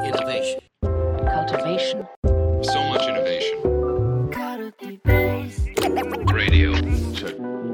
Innovation. Cultivation. So much innovation. Radio. Check.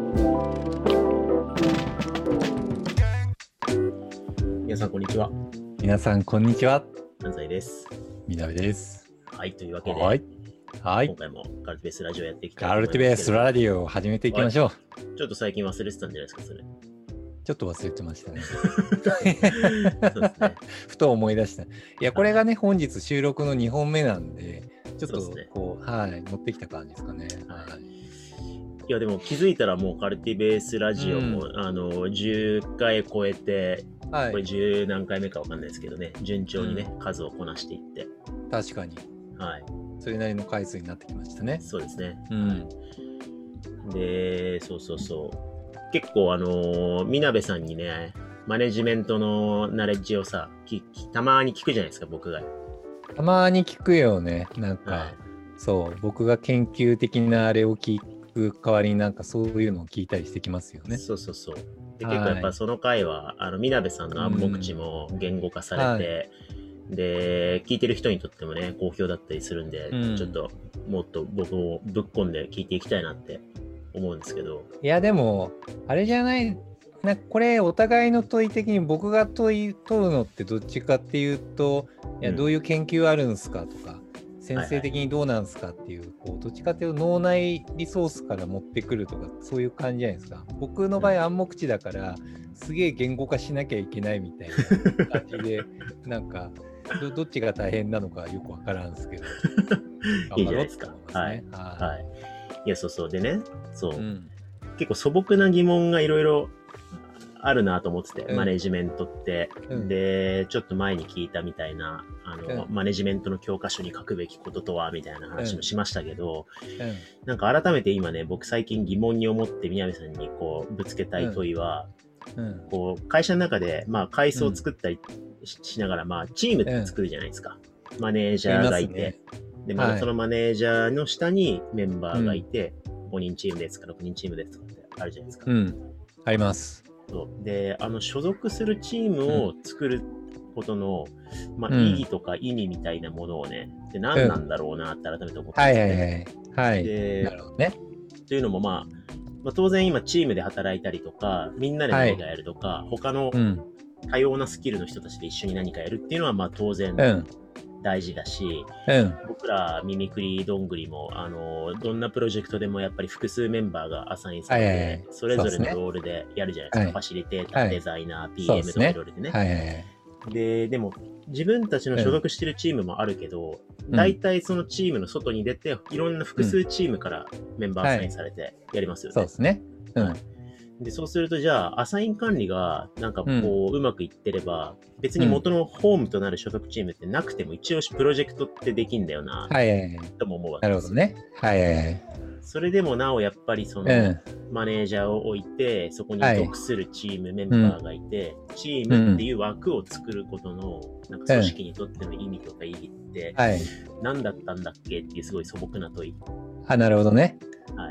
皆さんこんにちは。 皆さんこんにちは。 安西です。 みなべです。 はい、というわけで、 はい。 今回もカルティベースラジオやっていきたいとカル思いますけれども。 ティベースラジオを始めていきましょう。 ちょっと最近忘れてたんじゃないですか、それ。 ちょっと忘れてましたね。 そうですね。 ふと思い出した。いや、これがね、本日収録の2本目なんで、ちょっとそうですねこう、はい、持ってきた感じですかね。 はいいやでも気づいたらもうカルティベースラジオも、10回超えて、 はい。 これ10何回目かわかんないですけどね、順調にね、数をこなしていって。 確かに。 はい。 それなりの回数になってきましたね。 そうですね。 うん。 で、そう。結構みなべさんにね、マネジメントのナレッジをさ、たまに聞くじゃないですか、僕が。 たまに聞くよね。なんか、 はいそう、僕が研究的なあれを聞く代わりになんかそういうのを聞いたりしてきますよね。 そう。で、 はい結構やっぱその回は、みなべさんの暗黙知も言語化されて、で、聞いてる人にとってもね、好評だったりするんで、ちょっともっと僕もぶっ込んで聞いていきたいなって思うんですけど。 いや、でも、あれじゃない、これ、お互いの問い的に僕が問うのってどっちかっていうと、いや、どういう研究あるんですかとか、先生的にどうなんですかっていう、こうどっちかっていうと脳内リソースから持ってくるとか、そういう感じじゃないですか。僕の場合、暗黙知だから、すげえ言語化しなきゃいけないみたいな感じで、なんか、どっちが大変なのかよくわからんですけど、 いいじゃないですか。はい。いや、そう。でね、結構素朴な疑問がいろいろあるなと思ってて、マネジメントって。で、ちょっと前に聞いたみたいな、マネジメントの教科書に書くべきこととは、みたいな話もしましたけど、なんか改めて今ね、僕最近疑問に思って宮部さんにこう、ぶつけたい問いは、こう、会社の中で、まあ、階層を作ったりしながら、まあ、チームって作るじゃないですか。マネージャーがいて、で、まあ、そのマネージャーの下にメンバーがいて、5人チームですとか6人チームですとかってあるじゃないですか。 あります。 で、所属するチームを作ることの、まあ、意義とか意味みたいなものをね、で何なんだろうなって改めて思ってますね。 はい。 で、 なるほどね。 というのも、まあ、当然今チームで働いたりとか、みんなで何かやるとか、他の多様なスキルの人たちで一緒に何かやるっていうのは、まあ当然大事だし、僕らミミクリどんぐりも、どんなプロジェクトでもやっぱり複数メンバーがアサインされて、それぞれのロールでやるじゃないですか。ファシリテーター、デザイナー、PM とかいろいろでね。でも、自分たちの所属してるチームもあるけど、大体そのチームの外に出て、いろんな複数チームからメンバーアサインされてやりますよね。 そうですね。 で、そうすると、じゃあ、アサイン管理が、なんかこう、うまくいってれば、別に元のホームとなる所属チームってなくても、一応プロジェクトってできんだよな、とも思うわけです。 なるほどね。 それでもなお、やっぱりその、マネージャーを置いて、そこに属するチーム、メンバーがいて、チームっていう枠を作ることの、なんか組織にとっての意味とか意義って、何だったんだっけっていうすごい素朴な問い。 なるほどね。 はい。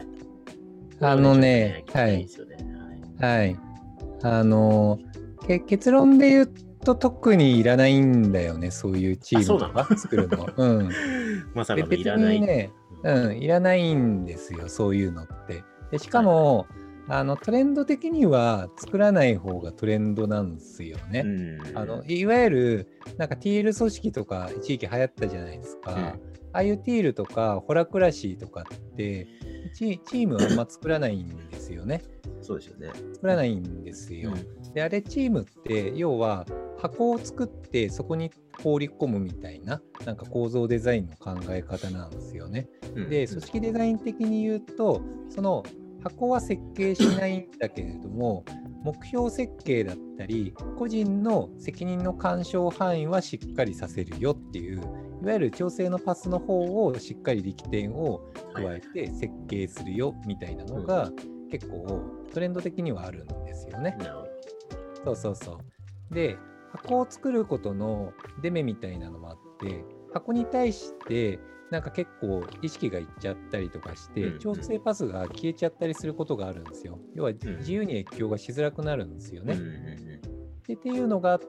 結論で言うと特にいらないんだよね、そういうチームとか作るの。 まさかのいらない。 別にね、いらないんですよ、そういうのって。でしかも、トレンド的には作らない方がトレンドなんですよね。いわゆるなんかティール組織とか一時期流行ったじゃないですか。ああいうティールとかホラクラシーとかってチームはあんま作らないんですよね。 そうですよね。 作らないんですよ。で、あれチームって要は箱を作ってそこに放り込むみたいな、なんか構造デザインの考え方なんですよね。で、組織デザイン的に言うと、その箱は設計しないんだけれども、目標設計だったり、個人の責任の干渉範囲はしっかりさせるよっていう、いわゆる調整のパスの方をしっかり力点を加えて設計するよみたいなのが結構トレンド的にはあるんですよね。そう。で、箱を作ることのデメみたいなのもあって、箱に対してなんか結構意識がいっちゃったりとかして、調整パスが消えちゃったりすることがあるんですよ。要は自由に越境がしづらくなるんですよね。 っていうのがあって、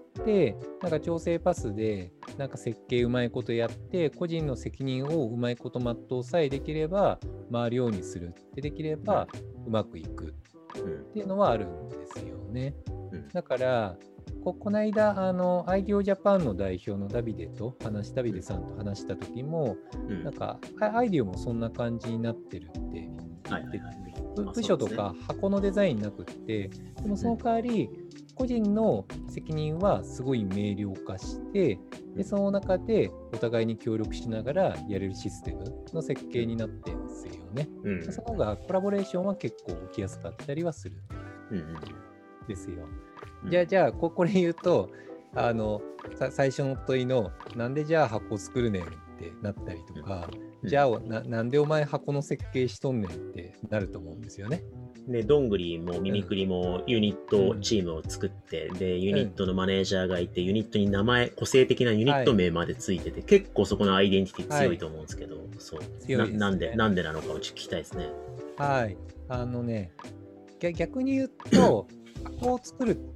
なんか調整パスでなんか設計うまいことやって、個人の責任をうまいこと全うさえできれば回るようにするってできればうまくいくっていうのはあるんですよね。だからこの間アイディオジャパンの代表のダビデさんと話した時も、なんかアイディオもそんな感じになってるって言ってて、部署とか箱のデザインなくって、でもその代わり個人の責任はすごい明瞭化して、でその中でお互いに協力しながらやれるシステムの設計になってるんですよね。その方がコラボレーションは結構起きやすかったりはするですよ。じゃあこれ言うと最初の問いのなんでじゃあ箱作るねんってなったりとか、じゃあなんでお前箱の設計しとんねんってなると思うんですよね。 で、どんぐりもミミクリもユニットチームを作って、で、ユニットのマネージャーがいて、ユニットに個性的なユニット名までついてて、結構そこのアイデンティティ強いと思うんですけど、そう。強いですね。なんでなのかを聞きたいですね。 はい。逆に言うと、箱を作るって、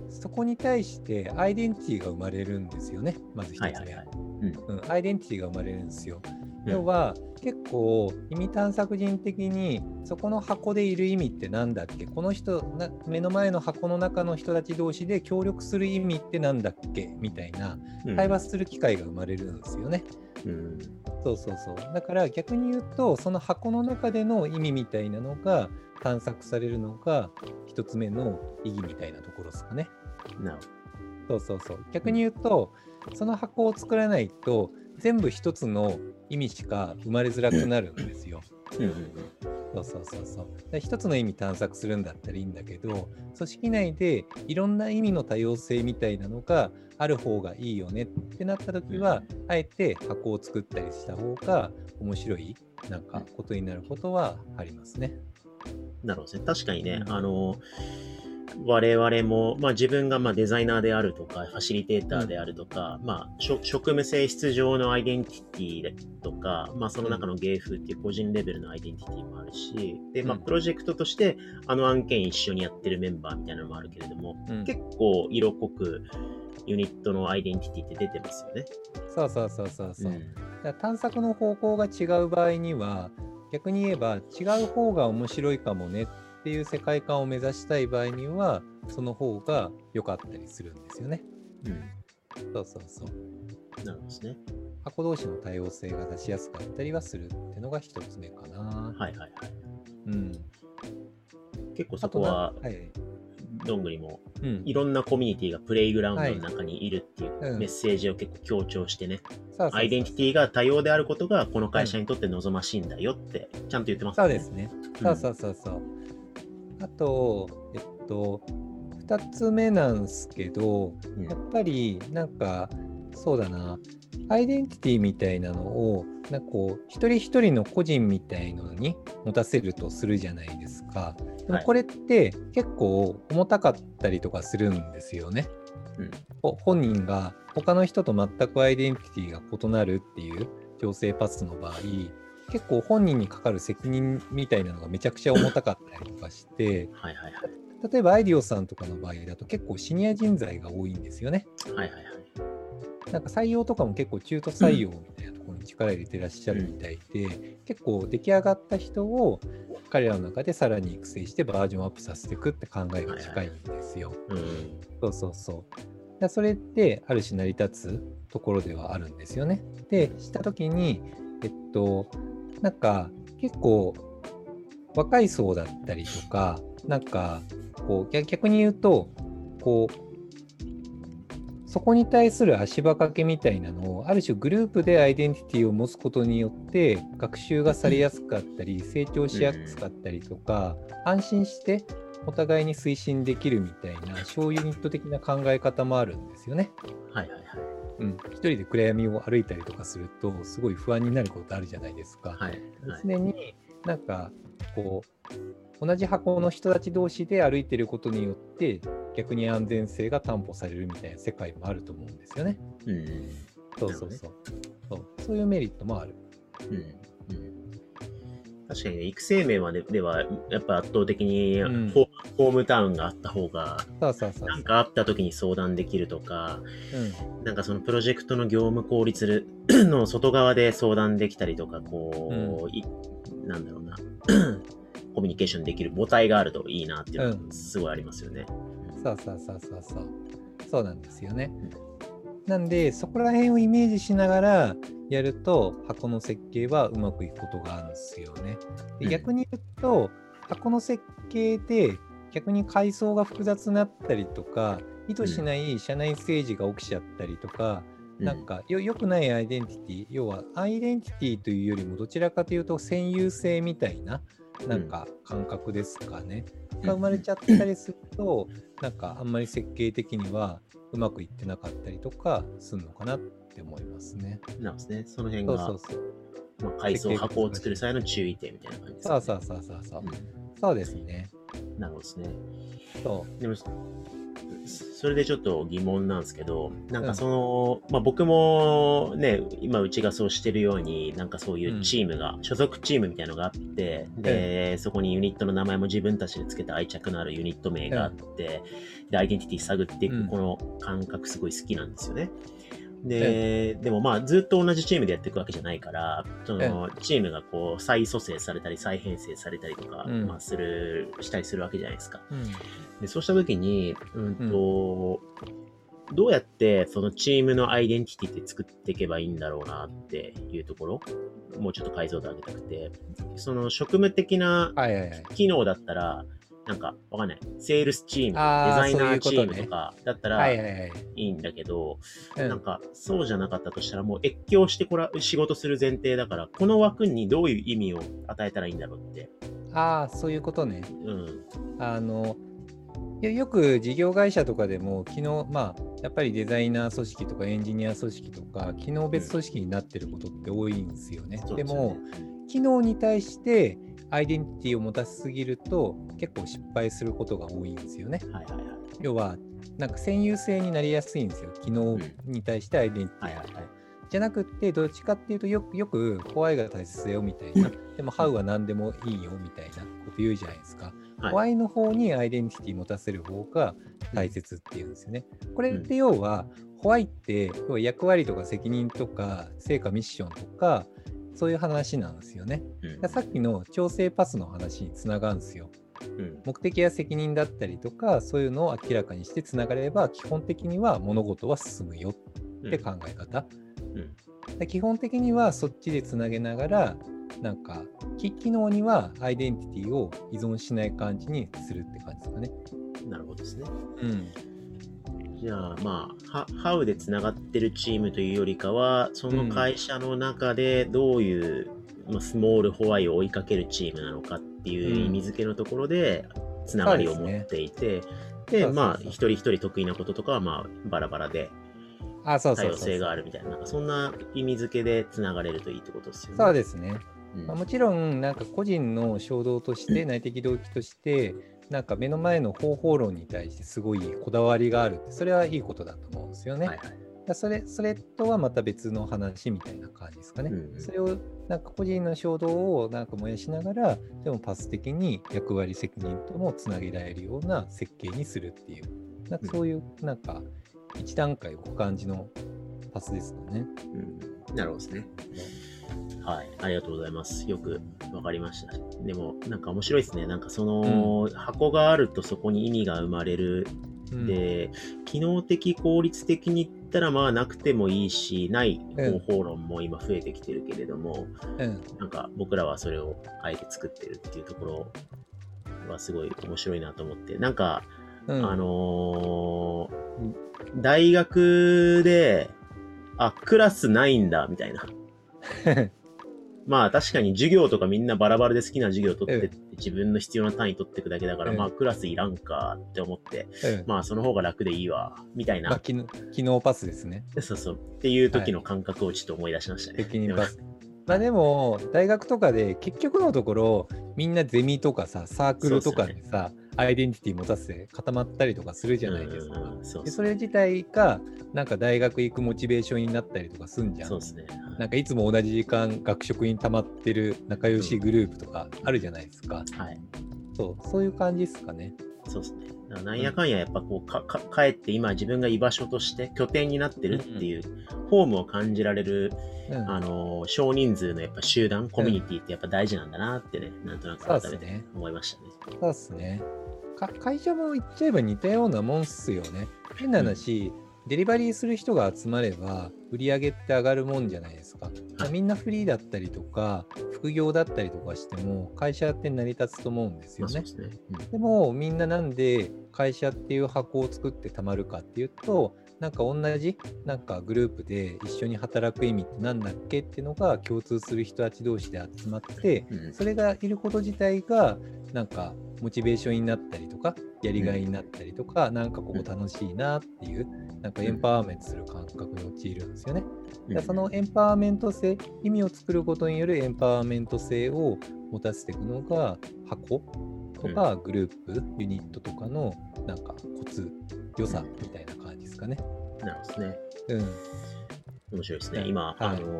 そこに対してアイデンティティが生まれるんですよね。まず一つ目。アイデンティティが生まれるんですよ。要は結構意味探索人的にそこの箱でいる意味ってなんだっけ、この人目の前の箱の中の人たち同士で協力する意味ってなんだっけみたいな対話する機会が生まれるんですよね。そうだから逆に言うと、その箱の中での意味みたいなのが探索されるのが一つ目の意義みたいなところですかね。そう逆に言うと、その箱を作らないと全部一つの意味しか生まれづらくなるんですよ。一つの意味探索するんだったらいいんだけど、組織内でいろんな意味の多様性みたいなのがある方がいいよねってなった時は、あえて箱を作ったりした方が面白いなんかことになることはありますね。 なるほどですね。確かにね、我々も、自分がデザイナーであるとか、ファシリテーターであるとか、職務性質上のアイデンティティとか、その中の芸風っていう個人レベルのアイデンティティもあるし、で、プロジェクトとして案件一緒にやってるメンバーみたいなのもあるけれども、結構色濃くユニットのアイデンティティって出てますよね。 探索の方向が違う場合には、逆に言えば違う方が面白いかもねっていう世界観を目指したい場合には、その方が良かったりするんですよね。なるほどですね。箱同士の多様性が出しやすかったりはするっていうのが一つ目かな。 結構そこはどんぐりもいろんなコミュニティがプレイグラウンドの中にいるっていうメッセージを結構強調してね、アイデンティティが多様であることがこの会社にとって望ましいんだよってちゃんと言ってますね。 そうですね。あと2つ目なんですけど、やっぱりなんかそうだな、アイデンティティみたいなのをなんかこう一人一人の個人みたいのに持たせるとするじゃないですか。でもこれって結構重たかったりとかするんですよね。本人が他の人と全くアイデンティティが異なるっていう調整パスの場合、結構本人にかかる責任みたいなのがめちゃくちゃ重たかったりとかして例えばアイディオさんとかの場合だと結構シニア人材が多いんですよね。なんか採用とかも結構中途採用みたいなところに力入れてらっしゃるみたいで、結構出来上がった人を彼らの中でさらに育成してバージョンアップさせていくって考えが近いんですよ。それってある種成り立つところではあるんですよね。でした時になんか結構若い層だったりとか、なんかこう逆に言うとこうそこに対する足場掛けみたいなのをある種グループでアイデンティティを持つことによって学習がされやすかったり成長しやすかったりとか、安心してお互いに推進できるみたいな小ユニット的な考え方もあるんですよね。一人で暗闇を歩いたりとかするとすごい不安になることあるじゃないですか。常になんかこう同じ箱の人たち同士で歩いてることによって逆に安全性が担保されるみたいな世界もあると思うんですよね。そういうメリットもある。 確かにね、育成面ではやっぱ圧倒的にホームタウンがあった方が、 そうなんかあった時に相談できるとか、なんかそのプロジェクトの業務効率の外側で相談できたりとか、こう、なんだろうな、コミュニケーションできる母体があるといいなっていうのはすごいありますよね。 そうなんですよね。なんでそこら辺をイメージしながらやると箱の設計はうまくいくことがあるんですよね。で逆に言うと箱の設計で逆に階層が複雑になったりとか意図しない社内政治が起きちゃったりとか、なんか良くないアイデンティティ、要はアイデンティティというよりもどちらかというと占有性みたいななんか感覚ですかね、が生まれちゃったりするとなんかあんまり設計的にはうまくいってなかったりとかするのかなって思いますね。 なんですね。その辺が階層箱を作る際の注意点みたいな感じですね。 そうですね。 なるほどですね。でもそれでちょっと疑問なんですけど、なんか僕もね、今うちがそうしてるように、なんかそういうチームが、所属チームみたいなのがあって、で、そこにユニットの名前も自分たちでつけた愛着のあるユニット名があって、で、アイデンティティ探っていくこの感覚すごい好きなんですよね。でもまあずっと同じチームでやっていくわけじゃないから、そのチームがこう再組成されたり再編成されたりとか、したりするわけじゃないですか。でそうした時に、どうやってそのチームのアイデンティティって作っていけばいいんだろうなっていうところ、もうちょっと解像度上げたくて、その職務的な機能だったら、なんかわかんない。セールスチーム、デザイナーチームとかだったらいいんだけど、なんかそうじゃなかったとしたらもう越境して仕事する前提だから、この枠にどういう意味を与えたらいいんだろうって。 そういうことね。よく事業会社とかでも機能、やっぱりデザイナー組織とかエンジニア組織とか機能別組織になってることって多いんですよね。でも機能に対してアイデンティティを持たせすぎると結構失敗することが多いんですよね。要はなんか占有性になりやすいんですよ。機能に対してアイデンティティじゃなくってどっちかっていうとよくホワイが大切だよみたいな、でもハウは何でもいいよみたいなこと言うじゃないですか。ホワイの方にアイデンティティ持たせる方が大切っていうんですよね。これって要はホワイって要は役割とか責任とか成果ミッションとかそういう話なんですよね。さっきの調整パスの話につながるんですよ。目的や責任だったりとかそういうのを明らかにしてつながれば基本的には物事は進むよって考え方。基本的にはそっちでつなげながらなんか機能にはアイデンティティを依存しない感じにするって感じですかね。 なるほどですね。じゃあハウでつながってるチームというよりかはその会社の中でどういう、スモールホワイを追いかけるチームなのかっていう意味付けのところでつながりを持っていて、で一人一人得意なこととかはバラバラで多様性があるみたいな、そんな意味付けでつながれるといいってことですよね。 そうですね。もちろんなんか個人の衝動として内的動機としてなんか目の前の方法論に対してすごいこだわりがあるってそれはいいことだと思うんですよね。それとはまた別の話みたいな感じですかね。それをなんか個人の衝動をなんか燃やしながらでもパス的に役割責任ともつなげられるような設計にするっていうなんかそういうなんか一段階を置く感じのパスですかね。 なるほどですね。はい、ありがとうございます。よくわかりました。でもなんか面白いですね。なんかその箱があるとそこに意味が生まれる。で、機能的効率的に言ったらなくてもいいし、ない方法論も今増えてきてるけれども、なんか僕らはそれをあえて作ってるっていうところはすごい面白いなと思って、なんか大学でクラスないんだみたいな。確かに授業とかみんなバラバラで好きな授業を取ってって自分の必要な単位取っていくだけだからクラスいらんかって思ってその方が楽でいいわみたいな、 機能パスですね。 そうっていう時の感覚をちょっと思い出しましたね。 責任パスでも大学とかで結局のところみんなゼミとかサークルとかでさ、アイデンティティ持たせて固まったりとかするじゃないですか。でそれ自体がなんか大学行くモチベーションになったりとかすんじゃん。 そうですね。 なんかいつも同じ時間学食に溜まってる仲良しグループとかあるじゃないですか。そういう感じですかね。 そうですね。なんやかんややっぱこう帰って今自分が居場所として拠点になってるっていう、ホームを感じられる、少人数のやっぱ集団、コミュニティってやっぱ大事なんだなってね、なんとなく改めて思いましたね。 そうですね。会社も言っちゃえば似たようなもんっすよね。変な話、デリバリーする人が集まれば売り上げって上がるもんじゃないですか。みんなフリーだったりとか副業だったりとかしても会社って成り立つと思うんですよね。でもみんななんで会社っていう箱を作ってたまるかっていうと、なんか同じなんかグループで一緒に働く意味って何だっけっていうのが共通する人たち同士で集まって、それがいること自体がなんかモチベーションになったりとかやりがいになったりとか、なんかここ楽しいなっていうなんかエンパワーメントする感覚に陥るんですよね。そのエンパワーメント性、意味を作ることによるエンパワーメント性を持たせていくのが箱とかグループ、ユニットとかのなんかコツ、良さみたいな感じですかね。 なるほどね。面白いですね。今、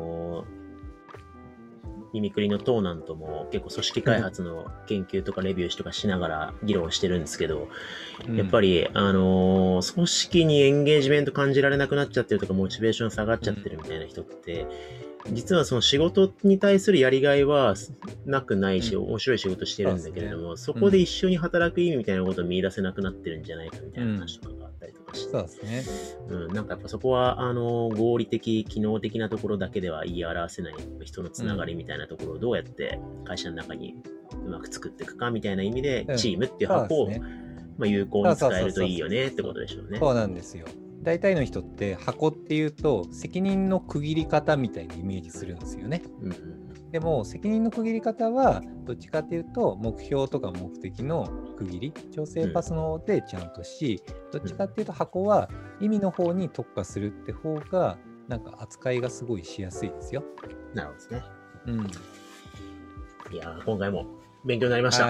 ミミクリのトーナントも結構組織開発の研究とかレビューとかしながら議論してるんですけど、やっぱり、組織にエンゲージメント感じられなくなっちゃってるとか、モチベーション下がっちゃってるみたいな人って、実はその仕事に対するやりがいはなくないし、面白い仕事してるんだけれども、そこで一緒に働く意味みたいなことを見出せなくなってるんじゃないかみたいな話とかがあったりとかして、 そうですね。 なんかやっぱそこは合理的、機能的なところだけでは言い表せない人のつながりみたいなところをどうやって会社の中にうまく作っていくかみたいな意味で、チームっていう箱を有効に使えるといいよねってことでしょうね。 そうなんですよ。大体の人って箱っていうと責任の区切り方みたいにイメージするんですよね。でも責任の区切り方はどっちかっていうと目標とか目的の区切り、調整パスの方でちゃんとし、どっちかっていうと箱は意味の方に特化するって方がなんか扱いがすごいしやすいですよ。 なるほどですね。いや今回も勉強になりました。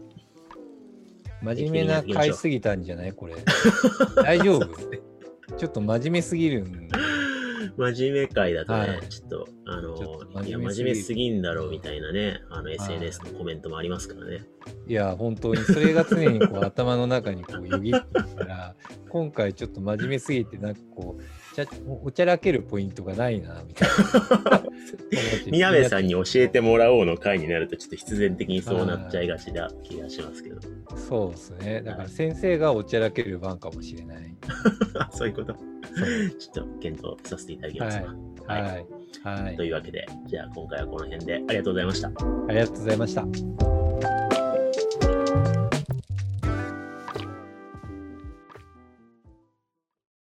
真面目な回すぎたんじゃないこれ。大丈夫？ちょっと真面目すぎるんで。 真面目回だとね、ちょっと、いや、真面目すぎんだろうみたいなね、SNS のコメントもありますからね。 いや、本当に、それが常にこう頭の中にこうよぎってるから、今回ちょっと真面目すぎて、なんかこう、おちゃらけるポイントがないな、みたいな。 宮部さんに教えてもらおうの回になると、ちょっと必然的にそうなっちゃいがちな気がしますけど。 そうですね。だから先生がおちゃらける番かもしれない。 そういうこと。ちょっと検討させていただきますわ。 はい。 というわけで、じゃあ今回はこの辺でありがとうございました。 ありがとうございました。